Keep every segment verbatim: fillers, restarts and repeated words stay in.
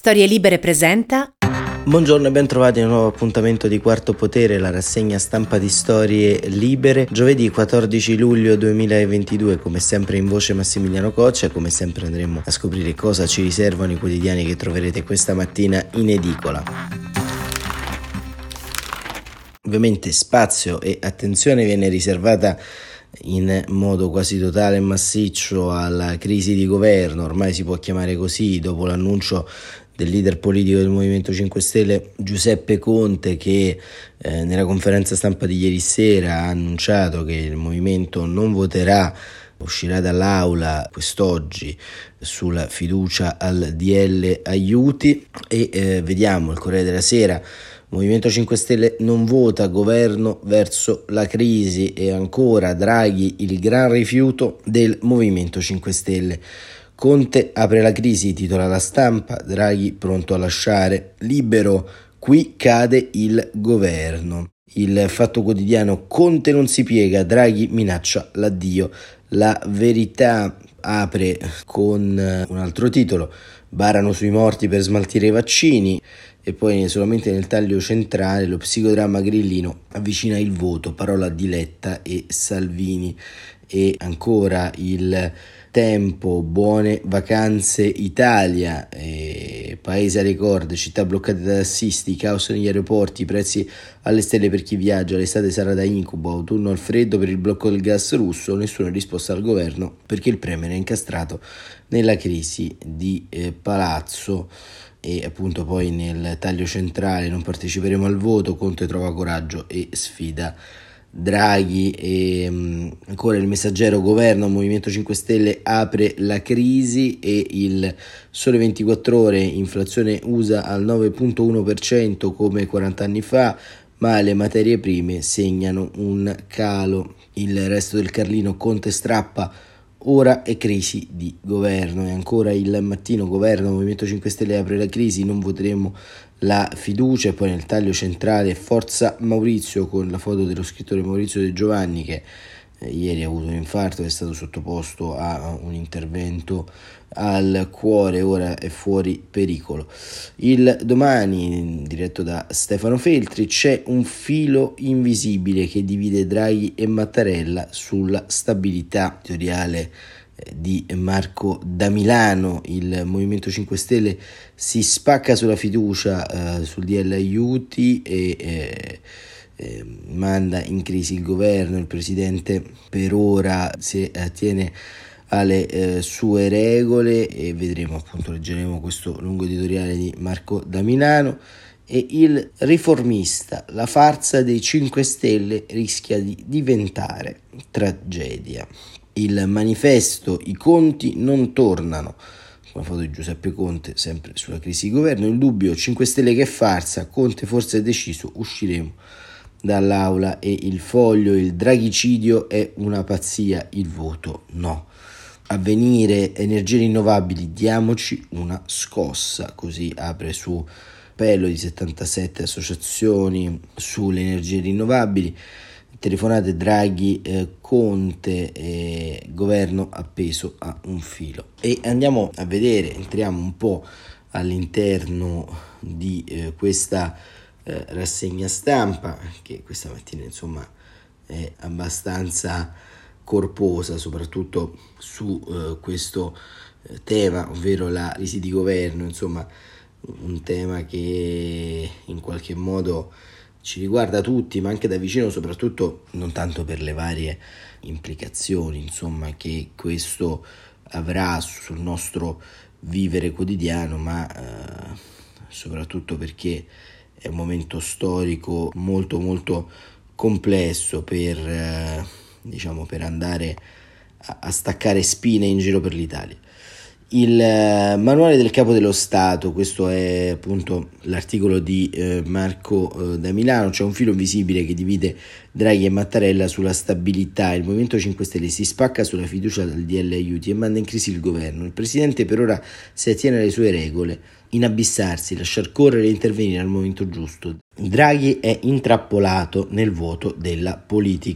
Storie Libere presenta. Buongiorno e ben trovati a un nuovo appuntamento di Quarto Potere, la rassegna stampa di Storie Libere. Giovedì quattordici luglio duemilaventidue, come sempre in voce Massimiliano Coccia, come sempre andremo a scoprire cosa ci riservano i quotidiani che troverete questa mattina in edicola. Ovviamente spazio e attenzione viene riservata in modo quasi totale e massiccio alla crisi di governo, ormai si può chiamare così, dopo l'annuncio del leader politico del Movimento cinque Stelle Giuseppe Conte, che eh, nella conferenza stampa di ieri sera ha annunciato che il Movimento non voterà, uscirà dall'aula quest'oggi sulla fiducia al D L aiuti e eh, vediamo il Corriere della Sera. Movimento cinque Stelle non vota, governo verso la crisi, e ancora Draghi il gran rifiuto del Movimento cinque Stelle. Conte apre la crisi, titola La Stampa, Draghi pronto a lasciare, Libero, qui cade il governo. Il Fatto Quotidiano, Conte non si piega, Draghi minaccia l'addio. La Verità apre con un altro titolo, barano sui morti per smaltire i vaccini, e poi solamente nel taglio centrale lo psicodramma grillino avvicina il voto, parola di Letta e Salvini. E ancora il Tempo, buone vacanze Italia, eh, paese a record, città bloccate da tassisti, caos negli aeroporti, prezzi alle stelle per chi viaggia, l'estate sarà da incubo, autunno al freddo per il blocco del gas russo, nessuna risposta al governo perché il premier è incastrato nella crisi di eh, palazzo. E appunto poi nel taglio centrale, non parteciperemo al voto, Conte trova coraggio e sfida Draghi. E um, ancora il Messaggero, governo, Movimento cinque Stelle apre la crisi, e il Sole ventiquattro Ore, inflazione U S A al nove virgola uno per cento come quaranta anni fa, ma le materie prime segnano un calo. Il Resto del Carlino, Conte strappa, ora è crisi di governo. E ancora il Mattino, governo, Movimento cinque Stelle apre la crisi, non voteremo la fiducia. E poi nel taglio centrale Forza Maurizio, con la foto dello scrittore Maurizio De Giovanni, che eh, ieri ha avuto un infarto e è stato sottoposto a un intervento al cuore, ora è fuori pericolo. Il Domani, diretto da Stefano Feltri, c'è un filo invisibile che divide Draghi e Mattarella sulla stabilità, editoriale di Marco da Milano. Il Movimento cinque Stelle si spacca sulla fiducia eh, sul D L aiuti e eh, eh, manda in crisi il governo. Il presidente per ora si attiene alle eh, sue regole, e vedremo, appunto leggeremo questo lungo editoriale di Marco da Milano. E il Riformista, la farsa dei cinque Stelle rischia di diventare tragedia. Il Manifesto, i conti non tornano, con la foto di Giuseppe Conte sempre sulla crisi di governo. Il Dubbio, cinque Stelle che farsa, Conte forse è deciso, usciremo dall'aula. E il Foglio, il draghicidio è una pazzia, il voto no. Avvenire, energie rinnovabili, diamoci una scossa, così apre su appello di settantasette associazioni sulle energie rinnovabili. Telefonate Draghi, eh, Conte, eh, governo appeso a un filo. E andiamo a vedere, entriamo un po' all'interno di eh, questa eh, rassegna stampa, che questa mattina insomma è abbastanza corposa, soprattutto su eh, questo eh, tema, ovvero la crisi di governo, insomma un tema che in qualche modo ci riguarda tutti, ma anche da vicino, soprattutto non tanto per le varie implicazioni insomma che questo avrà sul nostro vivere quotidiano, ma eh, soprattutto perché è un momento storico molto molto complesso per eh, diciamo per andare a, a staccare spine in giro per l'Italia. Il eh, manuale del capo dello Stato, questo è appunto l'articolo di eh, Marco eh, da Milano. C'è un filo invisibile che divide Draghi e Mattarella sulla stabilità. Il Movimento cinque Stelle si spacca sulla fiducia del D L aiuti e manda in crisi il governo. Il presidente per ora si attiene alle sue regole, inabissarsi, lasciar correre e intervenire al momento giusto. Draghi è intrappolato nel vuoto della politica.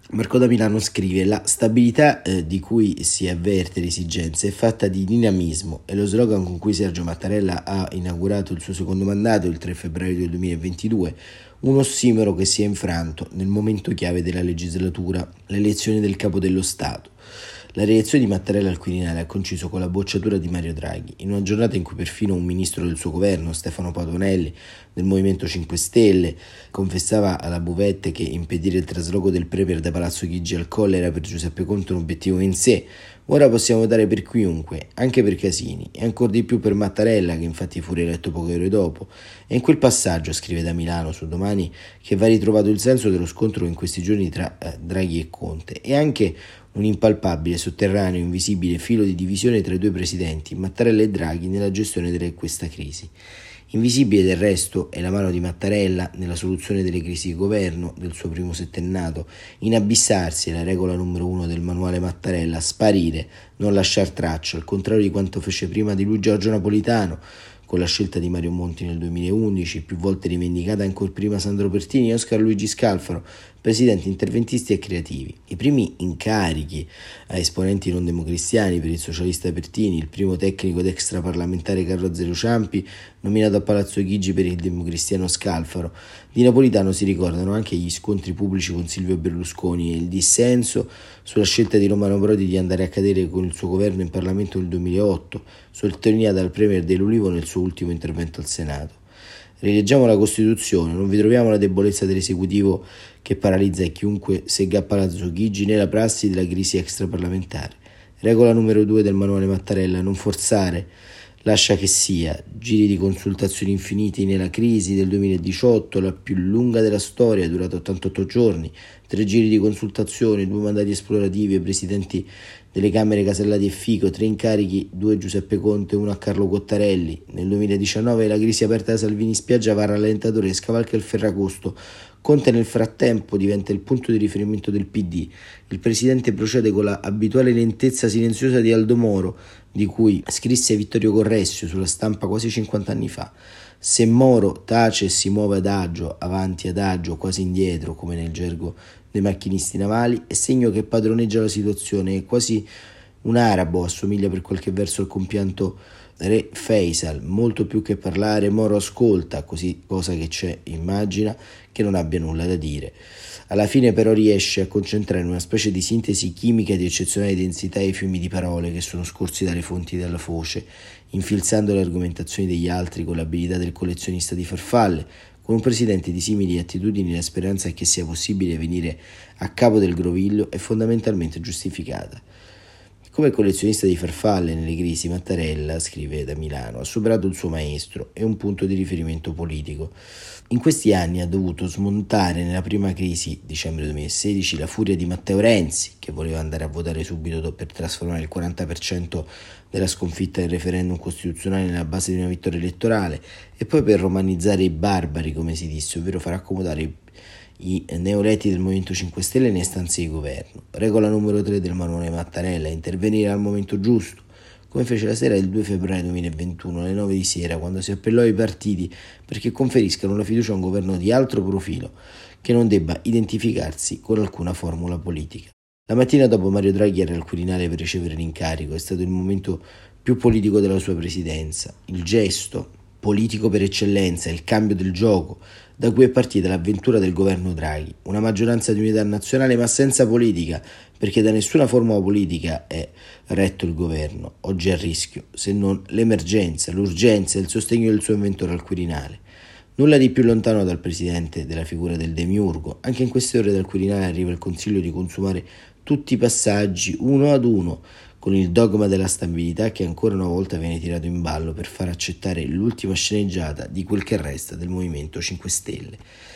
Marco da Milano scrive: la stabilità eh, di cui si avverte l'esigenza è fatta di dinamismo, e lo slogan con cui Sergio Mattarella ha inaugurato il suo secondo mandato il tre febbraio del duemilaventidue, un ossimoro che si è infranto nel momento chiave della legislatura, l'elezione del capo dello Stato. La reazione di Mattarella al Quirinale ha coinciso con la bocciatura di Mario Draghi, in una giornata in cui perfino un ministro del suo governo, Stefano Patuanelli, del Movimento cinque Stelle, confessava alla Buvette che impedire il trasloco del Premier da Palazzo Chigi al Colle era per Giuseppe Conte un obiettivo in sé. Ora possiamo votare per chiunque, anche per Casini, e ancor di più per Mattarella, che infatti fu rieletto poche ore dopo. E in quel passaggio, scrive da Milano su Domani, che va ritrovato il senso dello scontro in questi giorni tra eh, Draghi e Conte, e anche un impalpabile, sotterraneo, invisibile filo di divisione tra i due presidenti, Mattarella e Draghi, nella gestione di questa crisi. Invisibile del resto è la mano di Mattarella nella soluzione delle crisi di governo del suo primo settennato. Inabissarsi è la regola numero uno del manuale Mattarella: sparire, non lasciar traccia, al contrario di quanto fece prima di lui Giorgio Napolitano, con la scelta di Mario Monti nel duemilaundici, più volte rivendicata ancora prima Sandro Pertini e Oscar Luigi Scalfaro, presidenti interventisti e creativi. I primi incarichi a esponenti non democristiani per il socialista Pertini, il primo tecnico ed extraparlamentare Carlo Azeglio Ciampi, nominato a Palazzo Chigi per il democristiano Scalfaro. Di Napolitano si ricordano anche gli scontri pubblici con Silvio Berlusconi e il dissenso sulla scelta di Romano Prodi di andare a cadere con il suo governo in Parlamento nel duemilaotto, sottolineata dal premier dell'Ulivo nel suo ultimo intervento al Senato. Rileggiamo la Costituzione, non vi troviamo la debolezza dell'esecutivo che paralizza chiunque segga a Palazzo Chigi né la prassi della crisi extraparlamentare. Regola numero due del manuale Mattarella: non forzare, lascia che sia. Giri di consultazioni infiniti nella crisi del duemiladiciotto, la più lunga della storia, durata ottantotto giorni, tre giri di consultazione, due mandati esplorativi ai presidenti delle Camere Casellati e Fico, tre incarichi, due a Giuseppe Conte e uno a Carlo Cottarelli. Nel duemiladiciannove la crisi aperta da Salvini spiaggia va rallentatore e scavalca il Ferragosto. Conte nel frattempo diventa il punto di riferimento del P D. Il presidente procede con la abituale lentezza silenziosa di Aldo Moro, di cui scrisse Vittorio Corressio sulla Stampa quasi cinquanta anni fa. Se Moro tace e si muove adagio, avanti adagio, quasi indietro, come nel gergo dei macchinisti navali, è segno che padroneggia la situazione. È quasi un arabo, assomiglia per qualche verso al compianto re Faisal. Molto più che parlare, Moro ascolta, così, cosa che c'è, immagina che non abbia nulla da dire. Alla fine però riesce a concentrare in una specie di sintesi chimica di eccezionale densità i fiumi di parole che sono scorsi dalle fonti della foce, infilzando le argomentazioni degli altri con l'abilità del collezionista di farfalle. Con un presidente di simili attitudini la speranza che sia possibile venire a capo del groviglio è fondamentalmente giustificata. Come collezionista di farfalle nelle crisi, Mattarella, scrive da Milano, ha superato il suo maestro e un punto di riferimento politico. In questi anni ha dovuto smontare nella prima crisi, dicembre duemilasedici, la furia di Matteo Renzi, che voleva andare a votare subito per trasformare il quaranta per cento della sconfitta del referendum costituzionale nella base di una vittoria elettorale, e poi per romanizzare i barbari, come si disse, ovvero far accomodare i i neoeletti del Movimento cinque Stelle nelle stanze di governo. Regola numero tre del manuale Mattarella: intervenire al momento giusto, come fece la sera del due febbraio duemilaventuno alle nove di sera, quando si appellò ai partiti perché conferiscano la fiducia a un governo di altro profilo, che non debba identificarsi con alcuna formula politica. La mattina dopo Mario Draghi era al Quirinale per ricevere l'incarico. È stato il momento più politico della sua presidenza. Il gesto politico per eccellenza, il cambio del gioco, da cui è partita l'avventura del governo Draghi, una maggioranza di unità nazionale ma senza politica, perché da nessuna formula politica è retto il governo, oggi è a rischio, se non l'emergenza, l'urgenza e il sostegno del suo inventore al Quirinale. Nulla di più lontano dal presidente della figura del demiurgo. Anche in queste ore dal Quirinale arriva il consiglio di consumare tutti i passaggi uno ad uno, con il dogma della stabilità che ancora una volta viene tirato in ballo per far accettare l'ultima sceneggiata di quel che resta del Movimento cinque Stelle.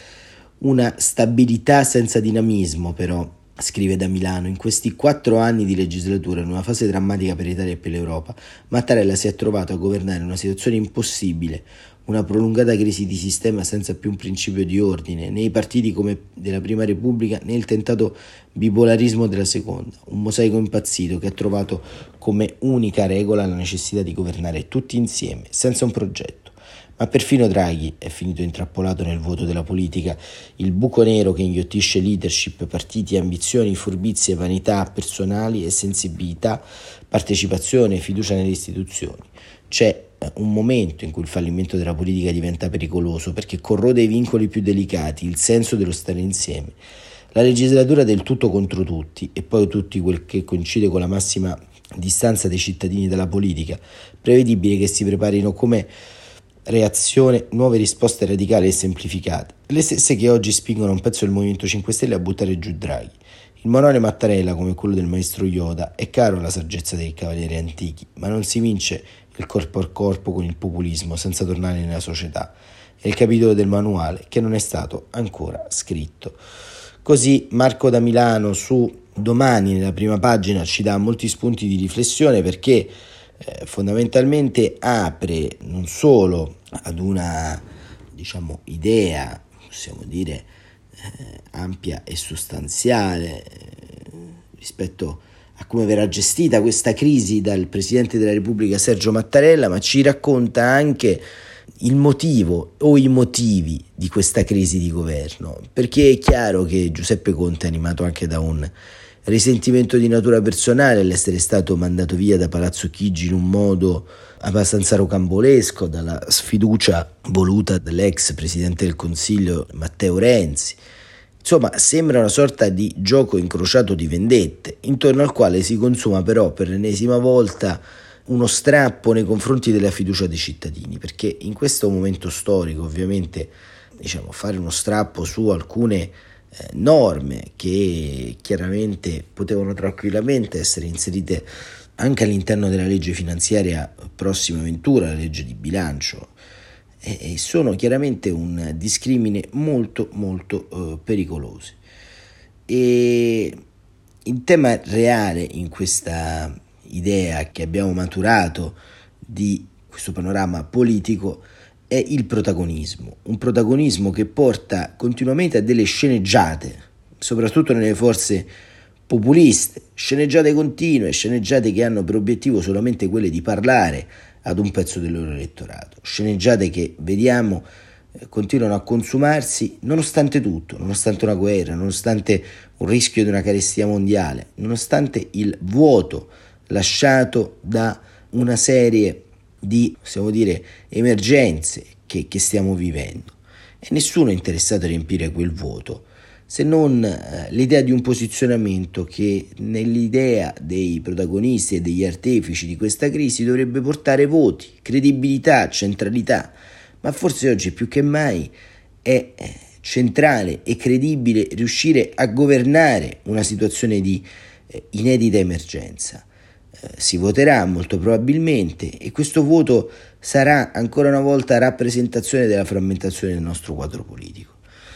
Una stabilità senza dinamismo, però, scrive da Milano. In questi quattro anni di legislatura, in una fase drammatica per l'Italia e per l'Europa, Mattarella si è trovato a governare una situazione impossibile, una prolungata crisi di sistema senza più un principio di ordine, né i partiti come della Prima Repubblica né il tentato bipolarismo della Seconda, un mosaico impazzito che ha trovato come unica regola la necessità di governare tutti insieme, senza un progetto. Ma perfino Draghi è finito intrappolato nel vuoto della politica, il buco nero che inghiottisce leadership, partiti, ambizioni, furbizie, vanità personali e sensibilità, partecipazione e fiducia nelle istituzioni. C'è un momento in cui il fallimento della politica diventa pericoloso perché corrode i vincoli più delicati, il senso dello stare insieme. La legislatura del tutto contro tutti e poi tutti quel che coincide con la massima distanza dei cittadini dalla politica, prevedibile che si preparino come reazione nuove risposte radicali e semplificate, le stesse che oggi spingono un pezzo del Movimento cinque Stelle a buttare giù Draghi. Il morale Mattarella, come quello del maestro Yoda, è caro alla saggezza dei cavalieri antichi, ma non si vince il corpo a corpo con il populismo senza tornare nella società. È il capitolo del manuale che non è stato ancora scritto. Così Marco da Milano su Domani nella prima pagina ci dà molti spunti di riflessione perché eh, fondamentalmente apre non solo ad una diciamo idea, possiamo dire eh, ampia e sostanziale eh, rispetto a come verrà gestita questa crisi dal Presidente della Repubblica Sergio Mattarella, ma ci racconta anche il motivo o i motivi di questa crisi di governo, perché è chiaro che Giuseppe Conte è animato anche da un risentimento di natura personale all'essere stato mandato via da Palazzo Chigi in un modo abbastanza rocambolesco, dalla sfiducia voluta dall'ex Presidente del Consiglio Matteo Renzi. Insomma, sembra una sorta di gioco incrociato di vendette, intorno al quale si consuma però per l'ennesima volta uno strappo nei confronti della fiducia dei cittadini, perché in questo momento storico ovviamente diciamo fare uno strappo su alcune eh, norme che chiaramente potevano tranquillamente essere inserite anche all'interno della legge finanziaria prossima ventura, la legge di bilancio, e sono chiaramente un discrimine molto molto eh, pericoloso. E il tema reale in questa idea che abbiamo maturato di questo panorama politico è il protagonismo, un protagonismo che porta continuamente a delle sceneggiate, soprattutto nelle forze populiste, sceneggiate continue, sceneggiate che hanno per obiettivo solamente quelle di parlare ad un pezzo del loro elettorato, sceneggiate che vediamo eh, continuano a consumarsi nonostante tutto, nonostante una guerra, nonostante un rischio di una carestia mondiale, nonostante il vuoto lasciato da una serie di, possiamo dire, emergenze che, che stiamo vivendo. E nessuno è interessato a riempire quel vuoto, se non eh, l'idea di un posizionamento che nell'idea dei protagonisti e degli artefici di questa crisi dovrebbe portare voti, credibilità, centralità, ma forse oggi più che mai è centrale e credibile riuscire a governare una situazione di eh, inedita emergenza. Eh, si voterà molto probabilmente e questo voto sarà ancora una volta rappresentazione della frammentazione del nostro quadro politico.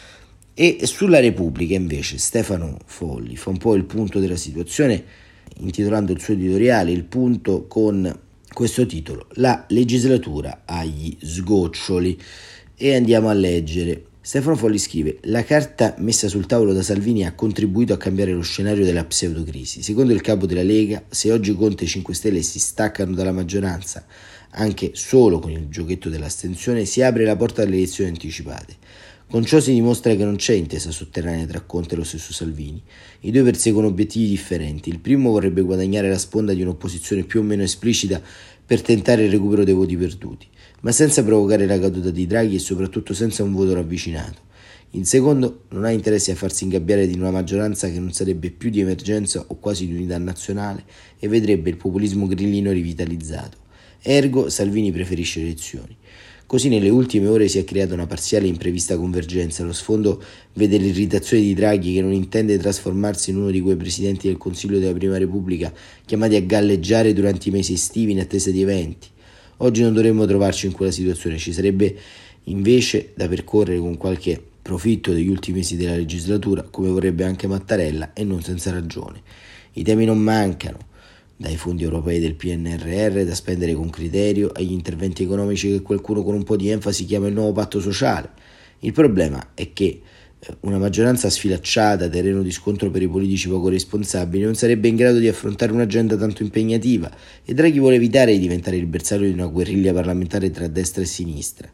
E sulla Repubblica invece Stefano Folli fa un po' il punto della situazione intitolando il suo editoriale Il punto con questo titolo: La legislatura agli sgoccioli. E andiamo a leggere. Stefano Folli scrive: la carta messa sul tavolo da Salvini ha contribuito a cambiare lo scenario della pseudocrisi. Secondo il capo della Lega, se oggi Conte e cinque Stelle si staccano dalla maggioranza anche solo con il giochetto dell'astensione, si apre la porta alle elezioni anticipate. Con ciò si dimostra che non c'è intesa sotterranea tra Conte e lo stesso Salvini. I due perseguono obiettivi differenti. Il primo vorrebbe guadagnare la sponda di un'opposizione più o meno esplicita per tentare il recupero dei voti perduti, ma senza provocare la caduta di Draghi e soprattutto senza un voto ravvicinato. Il secondo non ha interesse a farsi ingabbiare di una maggioranza che non sarebbe più di emergenza o quasi di unità nazionale e vedrebbe il populismo grillino rivitalizzato. Ergo, Salvini preferisce le elezioni. Così nelle ultime ore si è creata una parziale e imprevista convergenza. Lo sfondo vede l'irritazione di Draghi, che non intende trasformarsi in uno di quei presidenti del Consiglio della Prima Repubblica chiamati a galleggiare durante i mesi estivi in attesa di eventi. Oggi non dovremmo trovarci in quella situazione, ci sarebbe invece da percorrere con qualche profitto degli ultimi mesi della legislatura, come vorrebbe anche Mattarella, e non senza ragione. I temi non mancano, dai fondi europei del P N R R da spendere con criterio agli interventi economici che qualcuno con un po' di enfasi chiama il nuovo patto sociale. Il problema è che Una maggioranza sfilacciata, terreno di scontro per i politici poco responsabili, non sarebbe in grado di affrontare un'agenda tanto impegnativa e Draghi vuole evitare di diventare il bersaglio di una guerriglia parlamentare tra destra e sinistra.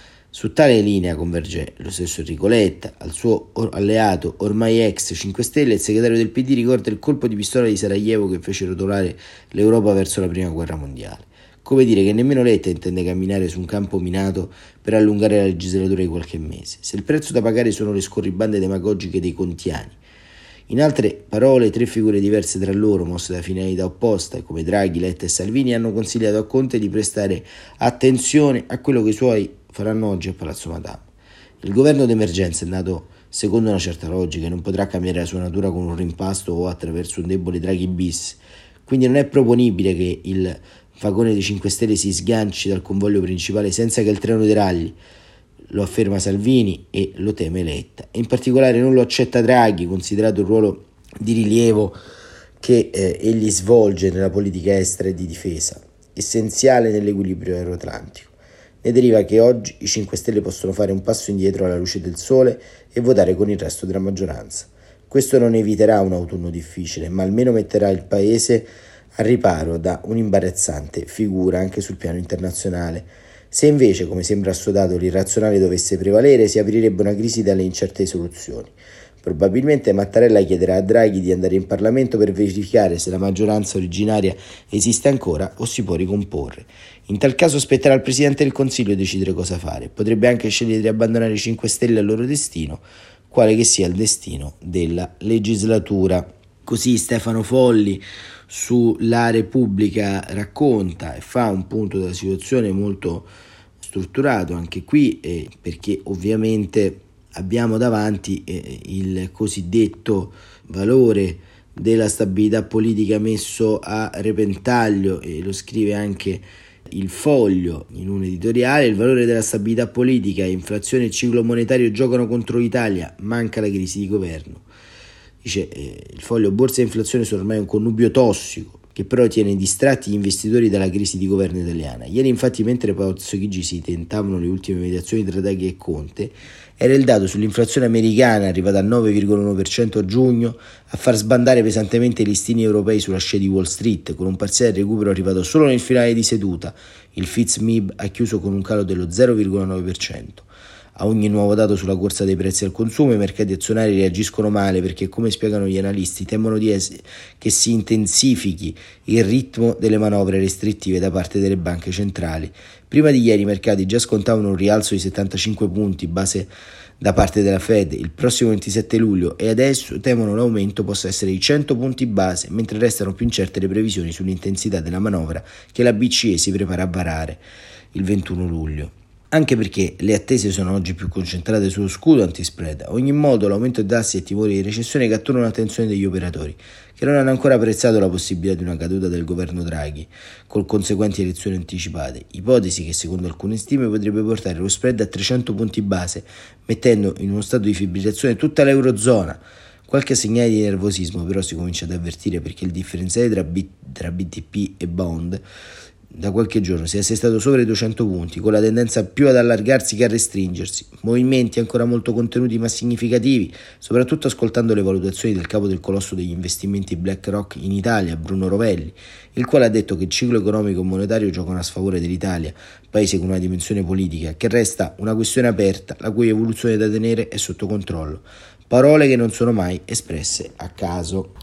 Su tale linea converge lo stesso Enrico Letta. Al suo alleato, ormai ex cinque Stelle, il segretario del P D ricorda il colpo di pistola di Sarajevo che fece rotolare l'Europa verso la prima guerra mondiale. Come dire che nemmeno Letta intende camminare su un campo minato per allungare la legislatura di qualche mese, se il prezzo da pagare sono le scorribande demagogiche dei contiani. In altre parole, tre figure diverse tra loro, mosse da finalità opposte, come Draghi, Letta e Salvini, hanno consigliato a Conte di prestare attenzione a quello che i suoi faranno oggi a Palazzo Madama. Il governo d'emergenza è nato secondo una certa logica e non potrà cambiare la sua natura con un rimpasto o attraverso un debole Draghi bis, quindi non è proponibile che il vagone dei cinque Stelle si sganci dal convoglio principale senza che il treno deragli, lo afferma Salvini e lo teme Letta. E in particolare non lo accetta Draghi, considerato il ruolo di rilievo che eh, egli svolge nella politica estera e di difesa, essenziale nell'equilibrio euroatlantico. Ne deriva che oggi i cinque Stelle possono fare un passo indietro alla luce del sole e votare con il resto della maggioranza. Questo non eviterà un autunno difficile, ma almeno metterà il Paese al riparo da un'imbarazzante figura anche sul piano internazionale. Se invece, come sembra assodato, l'irrazionale dovesse prevalere, si aprirebbe una crisi dalle incerte soluzioni. Probabilmente Mattarella chiederà a Draghi di andare in Parlamento per verificare se la maggioranza originaria esiste ancora o si può ricomporre. In tal caso spetterà al Presidente del Consiglio decidere cosa fare. Potrebbe anche scegliere di abbandonare i cinque Stelle al loro destino, quale che sia il destino della legislatura. Così Stefano Folli sulla Repubblica racconta e fa un punto della situazione molto strutturato anche qui, eh, perché ovviamente abbiamo davanti eh, il cosiddetto valore della stabilità politica messo a repentaglio, e lo scrive anche il Foglio in un editoriale. Il valore della stabilità politica, inflazione e ciclo monetario giocano contro l'Italia, manca la crisi di governo. Dice eh, il Foglio: borsa e inflazione sono ormai un connubio tossico che però tiene distratti gli investitori dalla crisi di governo italiana. Ieri infatti, mentre Palazzo Chigi si tentavano le ultime mediazioni tra Draghi e Conte, era il dato sull'inflazione americana, arrivata al nove virgola uno per cento a giugno, a far sbandare pesantemente i listini europei sulla scia di Wall Street, con un parziale recupero arrivato solo nel finale di seduta. Il Fitz M I B ha chiuso con un calo dello zero virgola nove per cento. A ogni nuovo dato sulla corsa dei prezzi al consumo, i mercati azionari reagiscono male perché, come spiegano gli analisti, temono di es- che si intensifichi il ritmo delle manovre restrittive da parte delle banche centrali. Prima di ieri i mercati già scontavano un rialzo di settantacinque punti base da parte della Fed il prossimo ventisette luglio e adesso temono l'aumento possa essere di cento punti base, mentre restano più incerte le previsioni sull'intensità della manovra che la B C E si prepara a varare il ventuno luglio. Anche perché le attese sono oggi più concentrate sullo scudo antispread. A ogni modo, l'aumento dei tassi e timori di recessione catturano l'attenzione degli operatori, che non hanno ancora apprezzato la possibilità di una caduta del governo Draghi, con conseguenti elezioni anticipate, ipotesi che secondo alcune stime potrebbe portare lo spread a trecento punti base, mettendo in uno stato di fibrillazione tutta l'eurozona. Qualche segnale di nervosismo però si comincia ad avvertire, perché il differenziale tra, B- tra B T P e Bond da qualche giorno si è assestato sopra i duecento punti, con la tendenza più ad allargarsi che a restringersi. Movimenti ancora molto contenuti ma significativi, soprattutto ascoltando le valutazioni del capo del colosso degli investimenti BlackRock in Italia, Bruno Rovelli, il quale ha detto che il ciclo economico e monetario giocano a sfavore dell'Italia, paese con una dimensione politica che resta una questione aperta, la cui evoluzione da tenere è sotto controllo. Parole che non sono mai espresse a caso.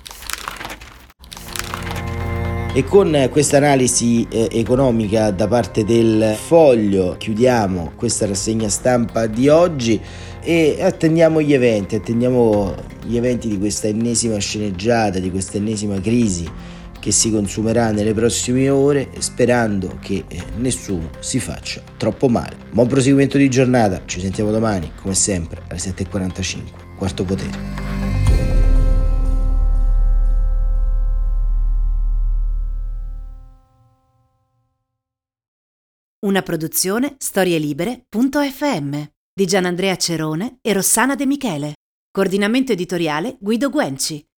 E con questa analisi eh, economica da parte del Foglio chiudiamo questa rassegna stampa di oggi e attendiamo gli eventi, attendiamo gli eventi di questa ennesima sceneggiata, di questa ennesima crisi che si consumerà nelle prossime ore, sperando che eh, nessuno si faccia troppo male. Buon proseguimento di giornata, ci sentiamo domani come sempre alle sette e quarantacinque, Quarto Potere. Una produzione storielibere punto effe emme di Gianandrea Cerone e Rossana De Michele. Coordinamento editoriale Guido Guenci.